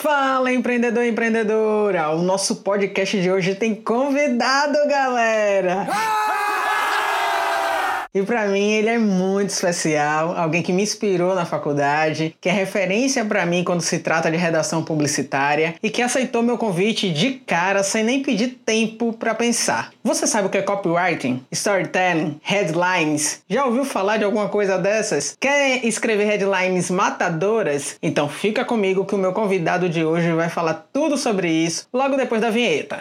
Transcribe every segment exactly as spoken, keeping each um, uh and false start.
Fala, empreendedor e empreendedora! O nosso podcast de hoje tem convidado, galera! E pra mim ele é muito especial, alguém que me inspirou na faculdade, que é referência pra mim quando se trata de redação publicitária e que aceitou meu convite de cara sem nem pedir tempo pra pensar. Você sabe o que é copywriting, storytelling, headlines? Já ouviu falar de alguma coisa dessas? Quer escrever headlines matadoras? Então fica comigo que o meu convidado de hoje vai falar tudo sobre isso logo depois da vinheta.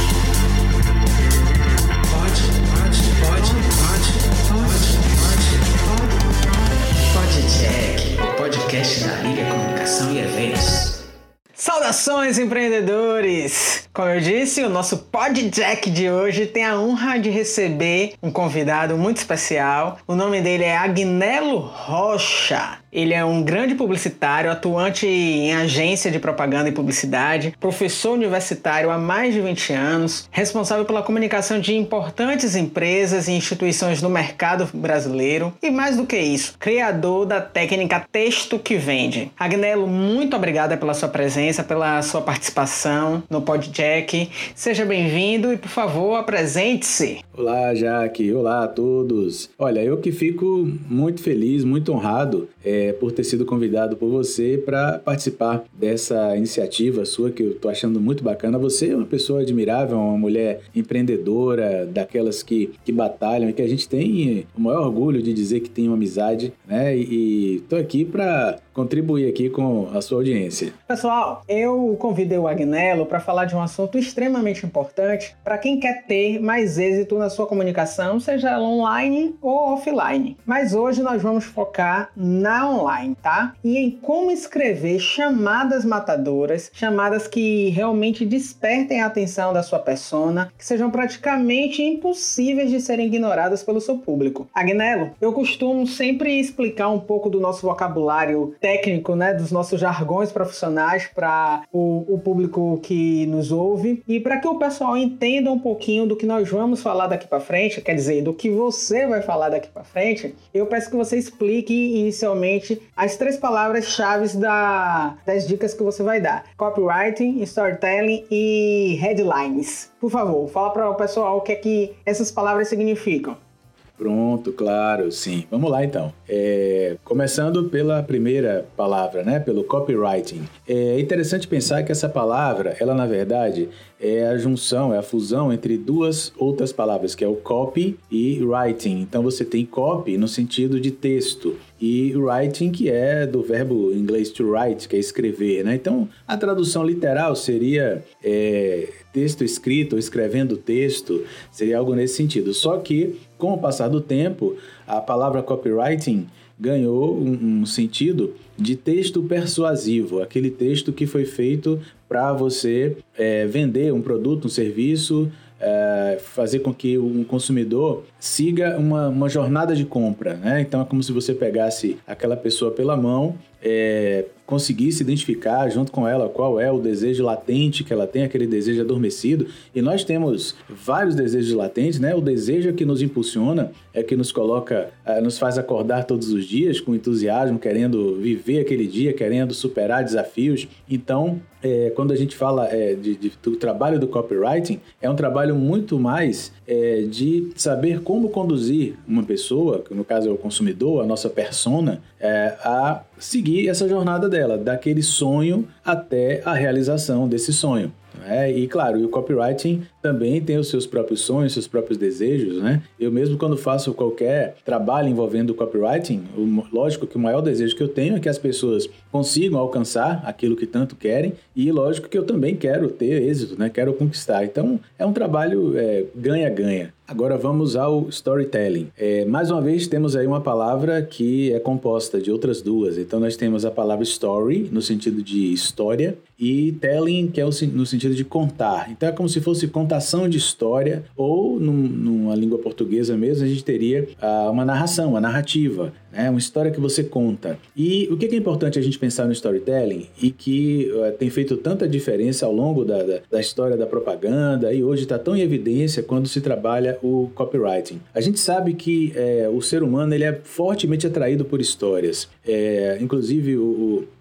Podcast da Liga Comunicação e Eventos. Saudações, empreendedores! Como eu disse, o nosso PodJack de hoje tem a honra de receber um convidado muito especial. O nome dele é Agnello Rocha. Ele é um grande publicitário, atuante em agência de propaganda e publicidade, professor universitário há mais de vinte anos, responsável pela comunicação de importantes empresas e instituições no mercado brasileiro e, mais do que isso, criador da técnica Texto que Vende. Agnello, muito obrigada pela sua presença, pela sua participação no PodJack. Seja bem-vindo e, por favor, apresente-se. Olá, Jaque. Olá a todos. Olha, eu que fico muito feliz, muito honrado é, por ter sido convidado por você para participar dessa iniciativa sua, que eu estou achando muito bacana. Você é uma pessoa admirável, uma mulher empreendedora, daquelas que, que batalham e que a gente tem o maior orgulho de dizer que tem uma amizade, né? E estou aqui para contribuir aqui com a sua audiência. Pessoal, eu convidei o Agnello para falar de um assunto extremamente importante para quem quer ter mais êxito na sua comunicação, seja ela online ou offline. Mas hoje nós vamos focar na online, tá? E em como escrever chamadas matadoras, chamadas que realmente despertem a atenção da sua persona, que sejam praticamente impossíveis de serem ignoradas pelo seu público. Agnello, eu costumo sempre explicar um pouco do nosso vocabulário técnico, né, dos nossos jargões profissionais para o, o público que nos ouve e para que o pessoal entenda um pouquinho do que nós vamos falar daqui para frente, quer dizer, do que você vai falar daqui para frente. Eu peço que você explique inicialmente as três palavras-chave da, das dicas que você vai dar: copywriting, storytelling e headlines. Por favor, fala para o pessoal o que é que essas palavras significam. Pronto, claro, sim. Vamos lá, então. É, começando pela primeira palavra, né? Pelo copywriting. É interessante pensar que essa palavra, ela, na verdade, é a junção, é a fusão entre duas outras palavras, que é o copy e writing. Então, você tem copy no sentido de texto e writing, que é do verbo em inglês to write, que é escrever, né? Então, a tradução literal seria é, texto escrito ou escrevendo texto, seria algo nesse sentido. Só que, com o passar do tempo, a palavra copywriting ganhou um, um sentido de texto persuasivo, aquele texto que foi feito para você é, vender um produto, um serviço, é, fazer com que um consumidor siga uma, uma jornada de compra, né? Então é como se você pegasse aquela pessoa pela mão, é, conseguisse identificar junto com ela qual é o desejo latente que ela tem, aquele desejo adormecido. E nós temos vários desejos latentes, né? O desejo que nos impulsiona, é que nos coloca, nos faz acordar todos os dias com entusiasmo, querendo viver aquele dia, querendo superar desafios. Então, é, quando a gente fala é, de, de, do trabalho do copywriting, é um trabalho muito mais é, de saber como conduzir uma pessoa, que no caso é o consumidor, a nossa persona, é, a seguir essa jornada dela, daquele sonho até a realização desse sonho. É, e claro, e o copywriting também tem os seus próprios sonhos, seus próprios desejos, né? Eu mesmo, quando faço qualquer trabalho envolvendo o copywriting, o, lógico que o maior desejo que eu tenho é que as pessoas consigam alcançar aquilo que tanto querem, e lógico que eu também quero ter êxito, né? Quero conquistar. Então, é um trabalho é, ganha-ganha. Agora vamos ao storytelling. É, mais uma vez temos aí uma palavra que é composta de outras duas. Então nós temos a palavra story, no sentido de história, e telling, que é no sentido de contar. Então é como se fosse contação de história, ou num, numa língua portuguesa mesmo, a gente teria ah, uma narração, uma narrativa, né? Uma história que você conta. E o que é importante a gente pensar no storytelling e que uh, tem feito tanta diferença ao longo da, da, da história da propaganda e hoje está tão em evidência quando se trabalha o copywriting. A gente sabe que é, o ser humano ele é fortemente atraído por histórias. É, inclusive o,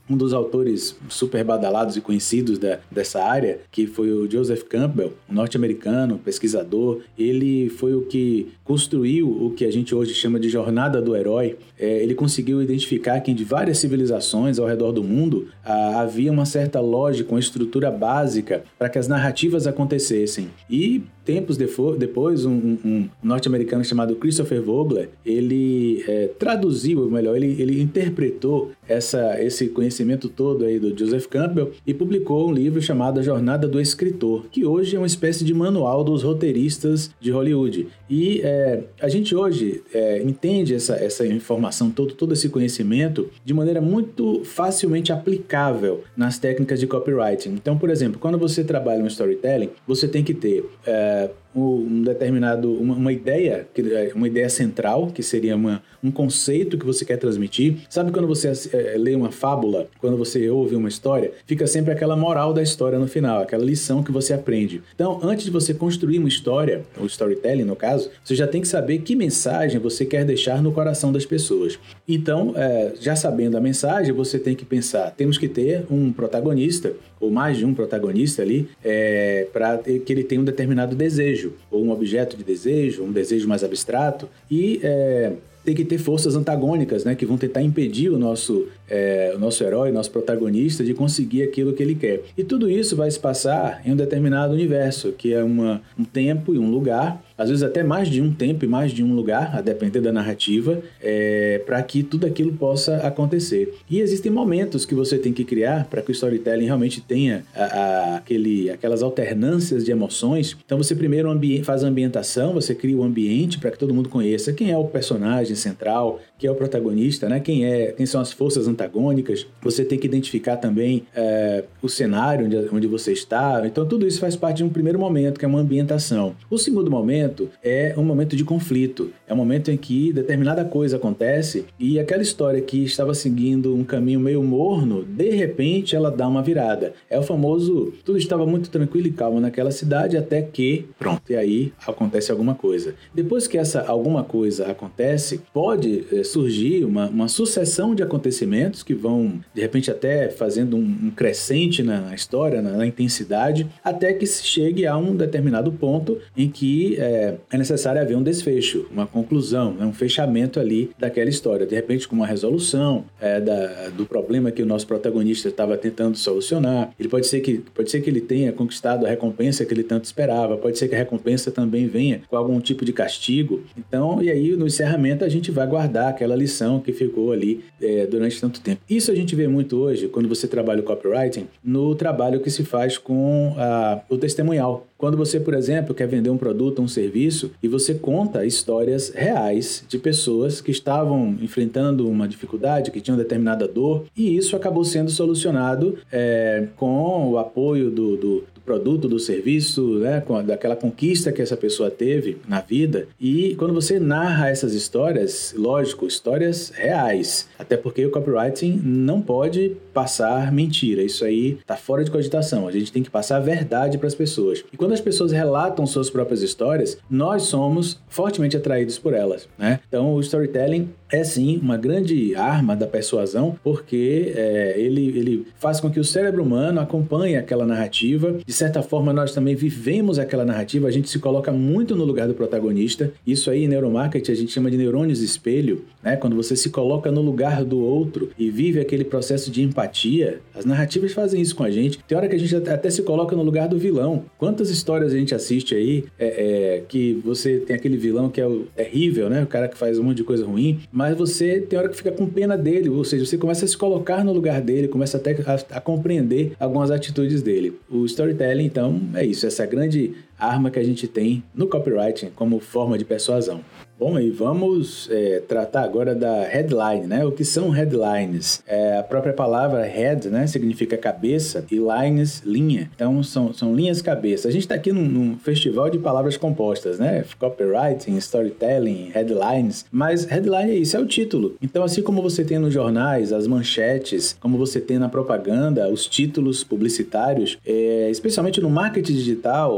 um dos autores super badalados e conhecidos da, dessa área, que foi o Joseph Campbell, um norte-americano, pesquisador. Ele foi o que construiu o que a gente hoje chama de jornada do herói. É, ele conseguiu identificar que em várias civilizações ao redor do mundo ah, havia uma certa lógica, uma estrutura básica para que as narrativas acontecessem. E tempos depois, um, um, um norte-americano chamado Christopher Vogler, ele é, traduziu, ou melhor, ele, ele interpretou essa, esse conhecimento todo aí do Joseph Campbell e publicou um livro chamado A Jornada do Escritor, que hoje é uma espécie de manual dos roteiristas de Hollywood. E é, a gente hoje é, entende essa, essa informação, todo, todo esse conhecimento de maneira muito facilmente aplicável nas técnicas de copywriting. Então, por exemplo, quando você trabalha no storytelling, você tem que ter é, um determinado, uma, uma ideia, uma ideia central, que seria uma, um conceito que você quer transmitir. Sabe quando você é, lê uma fábula, quando você ouve uma história, fica sempre aquela moral da história no final, aquela lição que você aprende. Então, antes de você construir uma história, o storytelling no caso, você já tem que saber que mensagem você quer deixar no coração das pessoas. Então, é, já sabendo a mensagem, você tem que pensar, temos que ter um protagonista, ou mais de um protagonista ali, é, para que ele tenha um determinado desejo, ou um objeto de desejo, um desejo mais abstrato, e é, tem que ter forças antagônicas, né, que vão tentar impedir o nosso, é, o nosso herói, nosso protagonista, de conseguir aquilo que ele quer. E tudo isso vai se passar em um determinado universo, que é uma, um tempo e um lugar, às vezes até mais de um tempo e mais de um lugar, a depender da narrativa, é, para que tudo aquilo possa acontecer. E existem momentos que você tem que criar para que o storytelling realmente tenha a, a, aquele, aquelas alternâncias de emoções. Então você primeiro ambi- faz a ambientação, você cria o ambiente para que todo mundo conheça quem é o personagem central, quem é o protagonista, né? quem, é, quem são as forças antagônicas. Você tem que identificar também é, o cenário onde, onde você está. Então tudo isso faz parte de um primeiro momento, que é uma ambientação. O segundo momento é um momento de conflito, é um momento em que determinada coisa acontece e aquela história que estava seguindo um caminho meio morno, de repente ela dá uma virada. É o famoso, tudo estava muito tranquilo e calmo naquela cidade até que, pronto, e aí acontece alguma coisa. Depois que essa alguma coisa acontece, pode é, surgir uma, uma sucessão de acontecimentos que vão, de repente, até fazendo um, um crescente na história, na, na intensidade, até que se chegue a um determinado ponto em que é, é necessário haver um desfecho, uma conclusão, né? um fechamento ali daquela história. De repente, com uma resolução é, da, do problema que o nosso protagonista estava tentando solucionar. Ele pode ser, que, pode ser que ele tenha conquistado a recompensa que ele tanto esperava, pode ser que a recompensa também venha com algum tipo de castigo. Então, e aí no encerramento a gente vai guardar aquela lição que ficou ali é, durante tanto tempo. Isso a gente vê muito hoje, quando você trabalha o copywriting, no trabalho que se faz com a, o testemunhal. Quando você, por exemplo, quer vender um produto, um serviço, e você conta histórias reais de pessoas que estavam enfrentando uma dificuldade, que tinham determinada dor, e isso acabou sendo solucionado é, com o apoio do, do, do produto, do serviço, né, com a, daquela conquista que essa pessoa teve na vida. E quando você narra essas histórias, lógico, histórias reais, até porque o copywriting não pode passar mentira, isso aí está fora de cogitação, a gente tem que passar a verdade para as pessoas. E quando as pessoas relatam suas próprias histórias, nós somos fortemente atraídos por elas, né? Então, o storytelling é sim uma grande arma da persuasão, porque é, ele, ele faz com que o cérebro humano acompanhe aquela narrativa. De certa forma, nós também vivemos aquela narrativa, a gente se coloca muito no lugar do protagonista. Isso aí em neuromarketing a gente chama de neurônios espelho, né? Quando você se coloca no lugar do outro e vive aquele processo de empatia, as narrativas fazem isso com a gente. Tem hora que a gente até se coloca no lugar do vilão. Quantas histórias a gente assiste aí é, é, que você tem aquele vilão que é o terrível, né? O cara que faz um monte de coisa ruim, mas você tem hora que fica com pena dele, ou seja, você começa a se colocar no lugar dele, começa até a, a compreender algumas atitudes dele. O storytelling, então, é isso, essa grande arma que a gente tem no copywriting como forma de persuasão. Bom, e vamos é, tratar agora da headline, né? O que são headlines? É, a própria palavra head, né, significa cabeça, e lines, linha. Então, são, são linhas cabeça. A gente está aqui num, num festival de palavras compostas, né? Copywriting, storytelling, headlines. Mas headline é isso, é o título. Então, assim como você tem nos jornais as manchetes, como você tem na propaganda os títulos publicitários, é, especialmente no marketing digital, a gente tem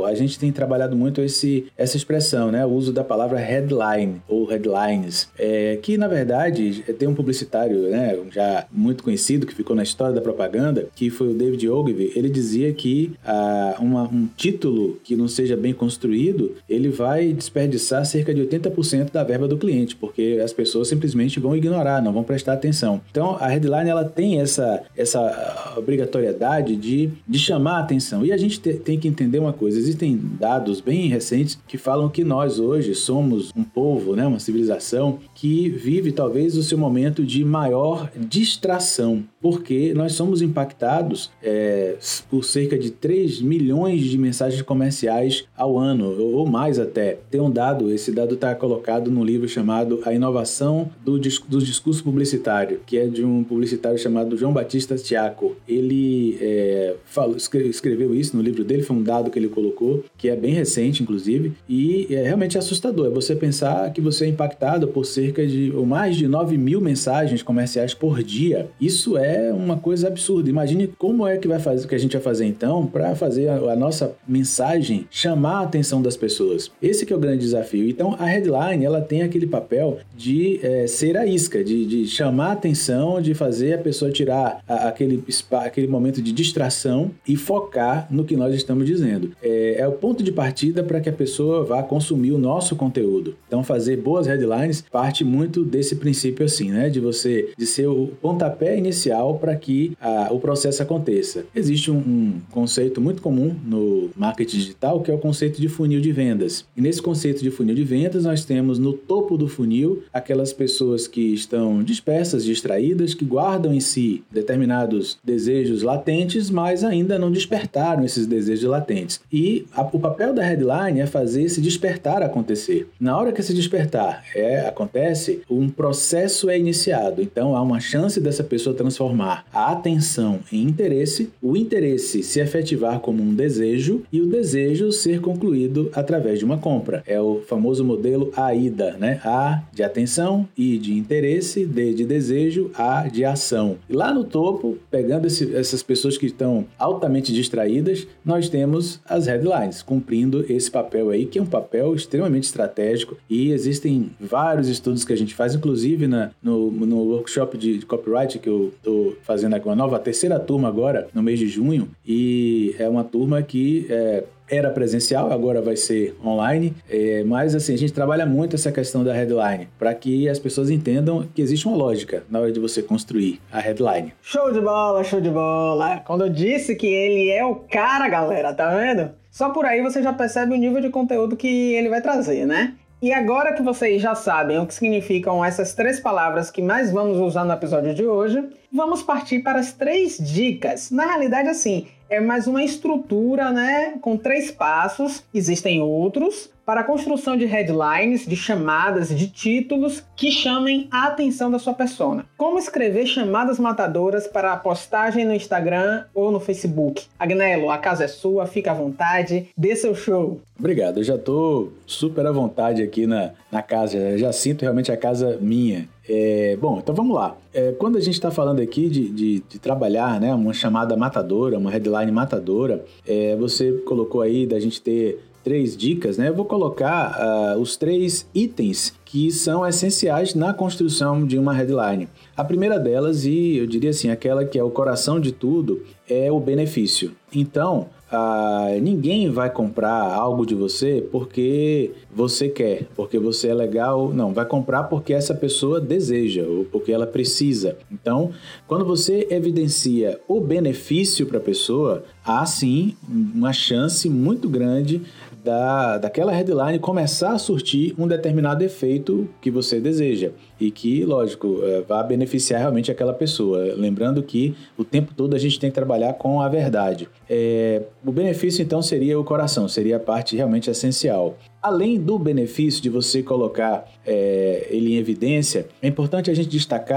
tem trabalhado muito esse, essa expressão, né? O uso da palavra headline ou headlines, é, que na verdade tem um publicitário, né, já muito conhecido que ficou na história da propaganda, que foi o David Ogilvy. Ele dizia que ah, uma, um título que não seja bem construído, ele vai desperdiçar cerca de oitenta por cento da verba do cliente, porque as pessoas simplesmente vão ignorar, não vão prestar atenção. Então a headline ela tem essa, essa obrigatoriedade de, de chamar a atenção. E a gente te, tem que entender uma coisa, existem dados bem recentes que falam que nós hoje somos um povo, né, uma civilização que vive talvez o seu momento de maior distração, porque nós somos impactados é, por cerca de três milhões de mensagens comerciais ao ano, ou mais até. Tem um dado, esse dado está colocado num livro chamado A Inovação do, do Discurso Publicitário, que é de um publicitário chamado João Batista Tiaco. Ele é, falou, escreveu isso no livro dele, foi um dado que ele colocou, que é bem recente, inclusive, e é realmente assustador. É você pensar que você é impactado por cerca de, ou mais de nove mil mensagens comerciais por dia. Isso é uma coisa absurda. Imagine como é que, vai fazer, que a gente vai fazer então para fazer a, a nossa mensagem chamar a atenção das pessoas. Esse que é o grande desafio. Então, a headline, ela tem aquele papel de é, ser a isca, de, de chamar a atenção, de fazer a pessoa tirar a, aquele, aquele momento de distração e focar no que nós estamos dizendo. É, é o ponto de partida para que a pessoa vá consumir o nosso conteúdo. Então, fazer boas headlines parte muito desse princípio assim, né? De você, de ser o pontapé inicial para que a, o processo aconteça. Existe um, um conceito muito comum no marketing digital, que é o conceito de funil de vendas. E nesse conceito de funil de vendas, nós temos no topo do funil aquelas pessoas que estão dispersas, distraídas, que guardam em si determinados desejos latentes, mas ainda não despertaram esses desejos latentes. E a, o papel da headline é fazer esse despertar acontecer. Na hora que esse despertar é, acontece, um processo é iniciado. Então, há uma chance dessa pessoa transformar a atenção em interesse, o interesse se efetivar como um desejo e o desejo ser concluído através de uma compra. É o famoso modelo AIDA, né? A de atenção, I de interesse, D de desejo, A de ação. E lá no topo, pegando esse, essas pessoas que estão altamente distraídas, nós temos as headlines, cumprindo esse papel aí, que é um papel extremamente estratégico, e existem vários estudos que a gente faz, inclusive na, no, no workshop de, de copyright que eu estou fazendo aqui, uma nova terceira turma agora, no mês de junho, e é uma turma que é, era presencial, agora vai ser online, é, mas assim, a gente trabalha muito essa questão da headline, para que as pessoas entendam que existe uma lógica na hora de você construir a headline. Show de bola, show de bola! Quando eu disse que ele é o cara, galera, tá vendo? Só por aí você já percebe o nível de conteúdo que ele vai trazer, né? E agora que vocês já sabem o que significam essas três palavras que mais vamos usar no episódio de hoje, vamos partir para as três dicas. Na realidade, assim, é mais uma estrutura, né, com três passos. Existem outros para a construção de headlines, de chamadas, de títulos que chamem a atenção da sua persona. Como escrever chamadas matadoras para a postagem no Instagram ou no Facebook? Agnello, a casa é sua, fica à vontade, dê seu show. Obrigado, eu já estou super à vontade aqui na, na casa, eu já sinto realmente a casa minha. É, bom, então vamos lá. É, quando a gente está falando aqui de, de, de trabalhar, né, uma chamada matadora, uma headline matadora, é, você colocou aí da gente ter três dicas, né? Eu vou colocar uh, os três itens que são essenciais na construção de uma headline. A primeira delas, e eu diria assim, aquela que é o coração de tudo, é o benefício. Então, Uh, ninguém vai comprar algo de você porque você quer, porque você é legal. Não, vai comprar porque essa pessoa deseja ou porque ela precisa. Então, quando você evidencia o benefício para a pessoa, há sim uma chance muito grande Da, daquela headline começar a surtir um determinado efeito que você deseja e que, lógico, é, vai beneficiar realmente aquela pessoa. Lembrando que o tempo todo a gente tem que trabalhar com a verdade. É, o benefício, então, seria o coração, seria a parte realmente essencial. Além do benefício de você colocar é, ele em evidência, é importante a gente destacar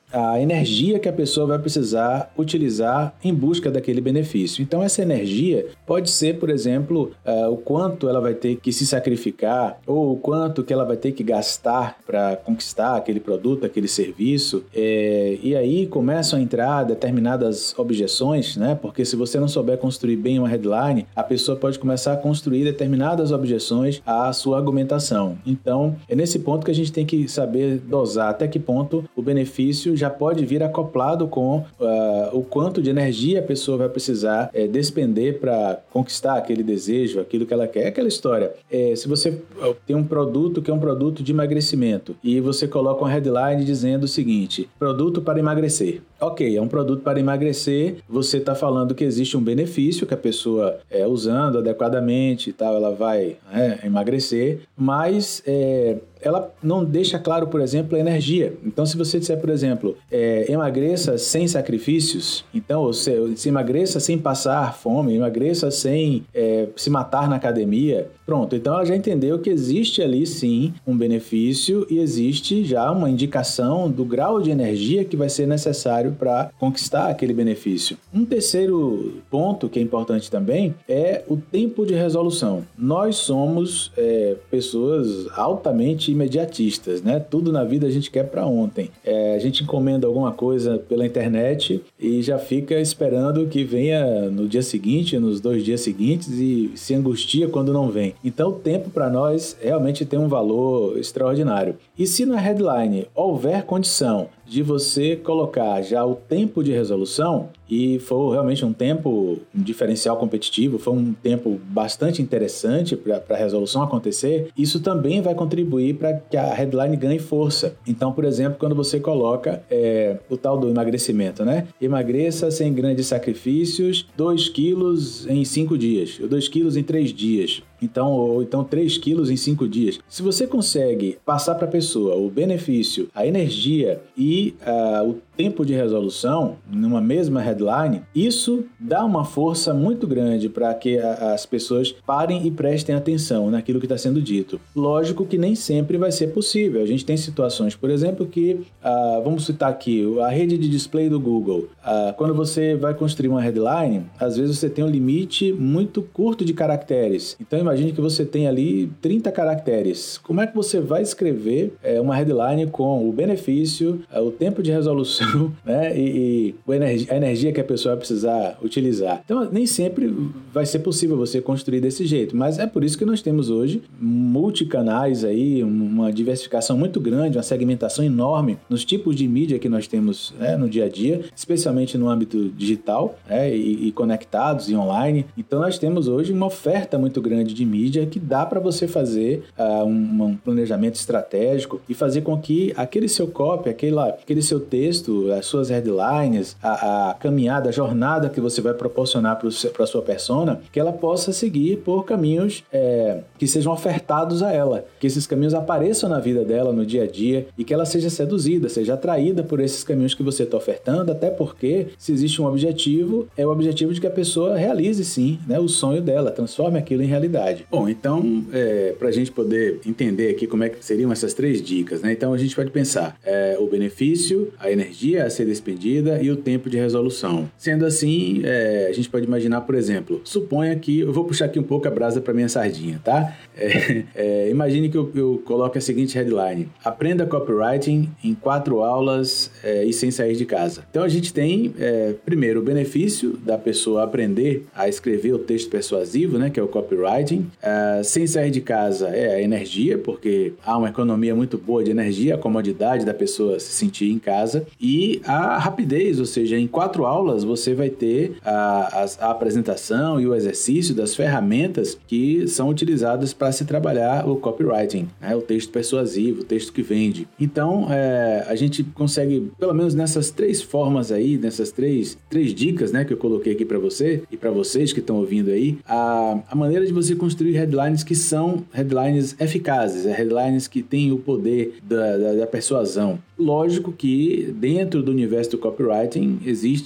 a energia que a pessoa vai precisar utilizar em busca daquele benefício. Então, essa energia pode ser, por exemplo, uh, o quanto ela vai ter que se sacrificar ou o quanto que ela vai ter que gastar para conquistar aquele produto, aquele serviço. É, e aí começam a entrar determinadas objeções, né? Porque se você não souber construir bem uma headline, a pessoa pode começar a construir determinadas objeções à sua argumentação. Então, é nesse ponto que a gente tem que saber dosar até que ponto o benefício já pode vir acoplado com uh, o quanto de energia a pessoa vai precisar é, despender para conquistar aquele desejo, aquilo que ela quer. É aquela história. É, se você tem um produto que é um produto de emagrecimento e você coloca uma headline dizendo o seguinte: produto para emagrecer. Ok, é um produto para emagrecer, você está falando que existe um benefício que a pessoa é, usando adequadamente e tal, ela vai é, emagrecer, mas é, ela não deixa claro, por exemplo, a energia. Então, se você disser, por exemplo, é, emagreça sem sacrifícios, então, ou se, se emagreça sem passar fome, emagreça sem é, se matar na academia, pronto. Então, ela já entendeu que existe ali, sim, um benefício e existe já uma indicação do grau de energia que vai ser necessário para conquistar aquele benefício. Um terceiro ponto que é importante também é o tempo de resolução. Nós somos é, pessoas altamente imediatistas, né? Tudo na vida a gente quer para ontem. É, a gente encomenda alguma coisa pela internet e já fica esperando que venha no dia seguinte, nos dois dias seguintes e se angustia quando não vem. Então, o tempo para nós realmente tem um valor extraordinário. E se na headline houver condição de você colocar já o tempo de resolução e for realmente um tempo, um diferencial competitivo, foi um tempo bastante interessante para a resolução acontecer, isso também vai contribuir para que a headline ganhe força. Então, por exemplo, quando você coloca é, o tal do emagrecimento, né? Emagreça sem grandes sacrifícios, dois quilos em cinco dias, ou dois quilos em três dias. Então, ou então três quilos em cinco dias. Se você consegue passar para a pessoa o benefício, a energia e uh, o tempo de resolução numa mesma headline, isso dá uma força muito grande para que a, as pessoas parem e prestem atenção naquilo que está sendo dito. Lógico que nem sempre vai ser possível. A gente tem situações, por exemplo, que, uh, vamos citar aqui, a rede de display do Google. Uh, quando você vai construir uma headline, às vezes você tem um limite muito curto de caracteres. Então, imagine que você tem ali trinta caracteres. Como é que você vai escrever é, uma headline com o benefício, é, o tempo de resolução, né, e, e a, energia, a energia que a pessoa vai precisar utilizar? Então, nem sempre vai ser possível você construir desse jeito, mas é por isso que nós temos hoje multicanais aí, uma diversificação muito grande, uma segmentação enorme nos tipos de mídia que nós temos, né, no dia a dia, especialmente no âmbito digital, né, e, e conectados e online. Então, nós temos hoje uma oferta muito grande de mídia que dá para você fazer uh, um, um planejamento estratégico e fazer com que aquele seu copy, aquela, aquele seu texto, as suas headlines, a, a caminhada, a jornada que você vai proporcionar para a sua persona, que ela possa seguir por caminhos é, que sejam ofertados a ela, que esses caminhos apareçam na vida dela, no dia a dia, e que ela seja seduzida, seja atraída por esses caminhos que você está ofertando, até porque, se existe um objetivo, é o objetivo de que a pessoa realize, sim, né, o sonho dela, transforme aquilo em realidade. Bom, então, é, para a gente poder entender aqui como é que seriam essas três dicas, né? Então, a gente pode pensar é, o benefício, a energia a ser despendida e o tempo de resolução. Sendo assim, é, a gente pode imaginar, por exemplo, suponha que, eu vou puxar aqui um pouco a brasa para minha sardinha, tá? É, é, imagine que eu, eu coloque a seguinte headline: aprenda copywriting em quatro aulas é, e sem sair de casa. Então, a gente tem, é, primeiro, o benefício da pessoa aprender a escrever o texto persuasivo, né, que é o copywriting. Uh, sem sair de casa é a energia, porque há uma economia muito boa de energia, a comodidade da pessoa se sentir em casa, e a rapidez, ou seja, em quatro aulas você vai ter a, a, a apresentação e o exercício das ferramentas que são utilizadas para se trabalhar o copywriting, né, o texto persuasivo, o texto que vende. Então, é, a gente consegue, pelo menos nessas três formas aí, nessas três, três dicas, né, que eu coloquei aqui para você e para vocês que estão ouvindo aí, a, a maneira de você construir headlines que são headlines eficazes, é headlines que têm o poder da, da, da persuasão. Lógico que dentro do universo do copywriting existe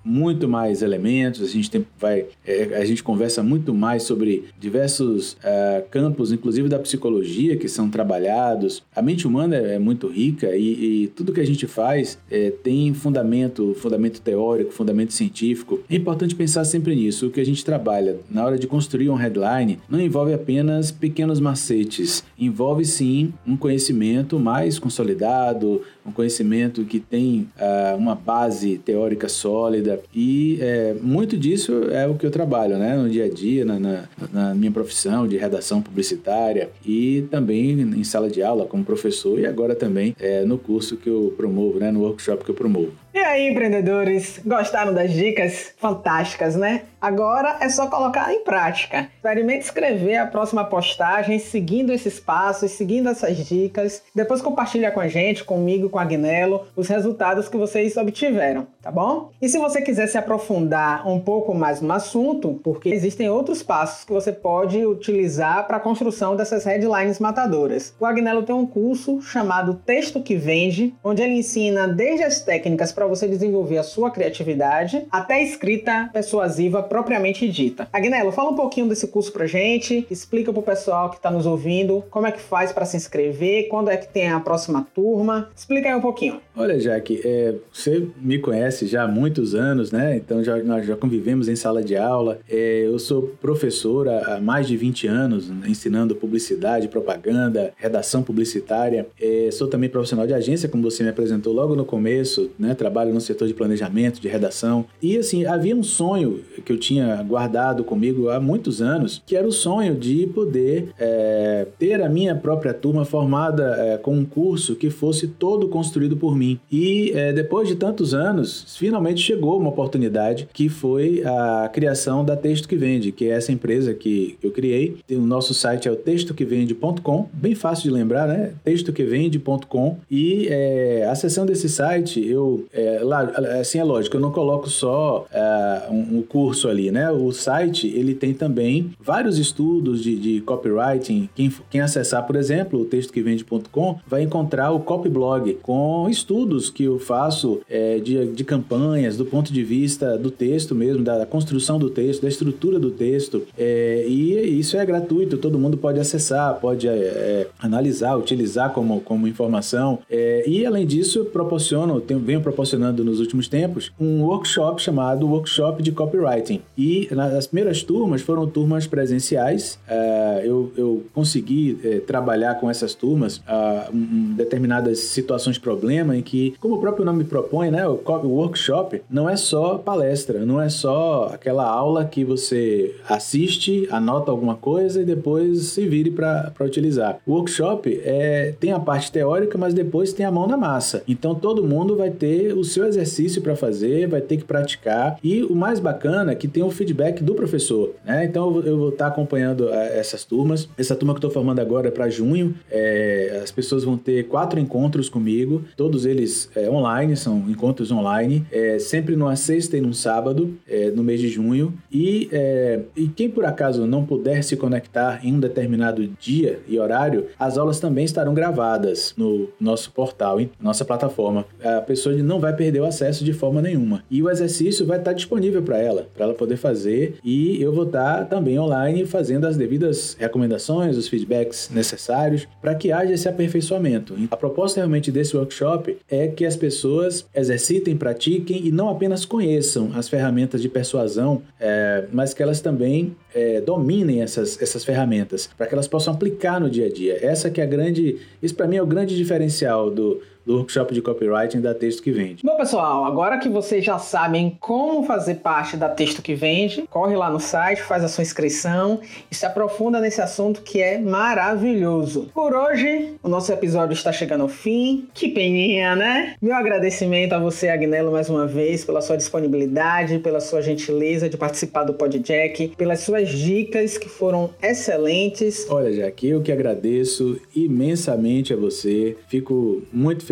muito mais elementos, a gente, tem, vai, é, a gente conversa muito mais sobre diversos uh, campos, inclusive da psicologia, que são trabalhados. A mente humana é, é muito rica e, e tudo que a gente faz é, tem fundamento, fundamento teórico, fundamento científico. É importante pensar sempre nisso. O que a gente trabalha na hora de construir um headline não envolve apenas pequenos macetes, envolve sim um conhecimento mais consolidado, um conhecimento que tem uh, uma base teórica sólida e é, muito disso é o que eu trabalho, né, no dia a dia, na, na, na minha profissão de redação publicitária e também em sala de aula como professor e agora também é, no curso que eu promovo, né, no workshop que eu promovo. E aí, empreendedores, gostaram das dicas? Fantásticas, né? Agora é só colocar em prática. Experimente escrever a próxima postagem seguindo esses passos, seguindo essas dicas. Depois compartilha com a gente, comigo, com a Agnello, os resultados que vocês obtiveram, tá bom? E se você quiser se aprofundar um pouco mais no assunto, porque existem outros passos que você pode utilizar para a construção dessas headlines matadoras. O Agnello tem um curso chamado Texto que Vende, onde ele ensina desde as técnicas para você desenvolver a sua criatividade até a escrita persuasiva propriamente dita. Agnello, fala um pouquinho desse curso pra gente, explica pro pessoal que tá nos ouvindo como é que faz para se inscrever, quando é que tem a próxima turma, explica aí um pouquinho. Olha, Jaque, é, você me conhece já há muitos anos, né? Então já, nós já convivemos em sala de aula. É, eu sou professora há mais de vinte anos, né, ensinando publicidade, propaganda, redação publicitária. É, sou também profissional de agência, como você me apresentou logo no começo, né? Trabalho no setor de planejamento, de redação. E assim, havia um sonho que eu tinha guardado comigo há muitos anos, que era o sonho de poder é, ter a minha própria turma formada é, com um curso que fosse todo construído por mim. E é, depois de tantos anos, finalmente chegou uma oportunidade que foi a criação da Texto que Vende, que é essa empresa que eu criei. O nosso site é o texto que vende ponto com, bem fácil de lembrar, né? texto que vende ponto com. E é, acessando esse site, eu, é, lá, assim é lógico, eu não coloco só é, um, um curso ali, né? O site, ele tem também vários estudos de, de copywriting. Quem, quem acessar, por exemplo, o texto que vende ponto com, vai encontrar o Copyblog com estudos que eu faço é, de, de campanhas, do ponto de vista do texto mesmo, da construção do texto, da estrutura do texto. É, e isso é gratuito, todo mundo pode acessar, pode é, analisar, utilizar como, como informação. É, e, além disso, eu proporciono, tenho, venho proporcionando nos últimos tempos, um workshop chamado Workshop de Copywriting. E as primeiras turmas foram turmas presenciais. Uh, eu, eu consegui uh, trabalhar com essas turmas uh, um, determinadas situações de problema em que, como o próprio nome propõe, né, o, o workshop não é só palestra, não é só aquela aula que você assiste, anota alguma coisa e depois se vire para utilizar. O workshop é, tem a parte teórica, mas depois tem a mão na massa. Então todo mundo vai ter o seu exercício para fazer, vai ter que praticar e o mais bacana é que tem o feedback do professor, né? Então eu vou estar acompanhando essas turmas. Essa turma que eu estou formando agora é para junho. É, as pessoas vão ter quatro encontros comigo, todos eles é, online, são encontros online, é, sempre numa sexta e num sábado, é, no mês de junho. E, é, e quem por acaso não puder se conectar em um determinado dia e horário, as aulas também estarão gravadas no nosso portal, em nossa plataforma. A pessoa não vai perder o acesso de forma nenhuma. E o exercício vai estar disponível para ela, para ela poder fazer, e eu vou estar também online fazendo as devidas recomendações, os feedbacks necessários para que haja esse aperfeiçoamento. A proposta realmente desse workshop é que as pessoas exercitem, pratiquem e não apenas conheçam as ferramentas de persuasão, é, mas que elas também é, dominem essas, essas ferramentas, para que elas possam aplicar no dia a dia. Essa que é a grande, isso para mim é o grande diferencial do do workshop de copywriting da Texto que Vende. Bom, pessoal, agora que vocês já sabem como fazer parte da Texto que Vende, corre lá no site, faz a sua inscrição e se aprofunda nesse assunto que é maravilhoso. Por hoje, o nosso episódio está chegando ao fim. Que peninha, né? Meu agradecimento a você, Agnello, mais uma vez, pela sua disponibilidade, pela sua gentileza de participar do PodJack, pelas suas dicas que foram excelentes. Olha, Jaque, eu que agradeço imensamente a você. Fico muito feliz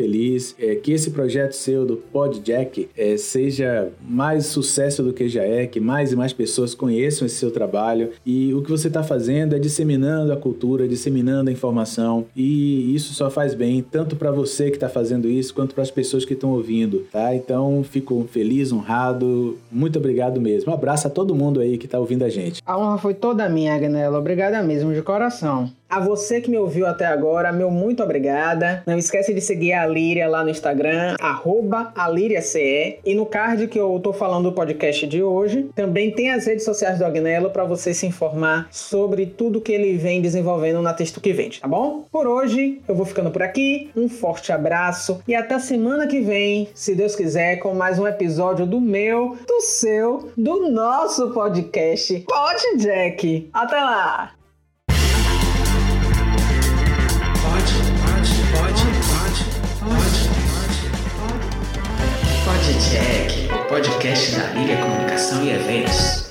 feliz, é, que esse projeto seu do PodJack é, seja mais sucesso do que já é, que mais e mais pessoas conheçam esse seu trabalho, e o que você está fazendo é disseminando a cultura, disseminando a informação, e isso só faz bem, tanto para você que está fazendo isso, quanto para as pessoas que estão ouvindo, tá? Então, fico feliz, honrado, muito obrigado mesmo. Um abraço a todo mundo aí que está ouvindo a gente. A honra foi toda minha, Agnello. Obrigada mesmo, de coração. A você que me ouviu até agora, meu muito obrigada. Não esquece de seguir a Líria lá no Instagram, arroba alíriace. E no card que eu tô falando do podcast de hoje, também tem as redes sociais do Agnello para você se informar sobre tudo que ele vem desenvolvendo na Texto que Vende, tá bom? Por hoje, eu vou ficando por aqui. Um forte abraço e até semana que vem, se Deus quiser, com mais um episódio do meu, do seu, do nosso podcast PodJack. Até lá! Pode, pode, pode, pode, pode, pode, pode. PodJack, o podcast da Líria Comunicação e Eventos.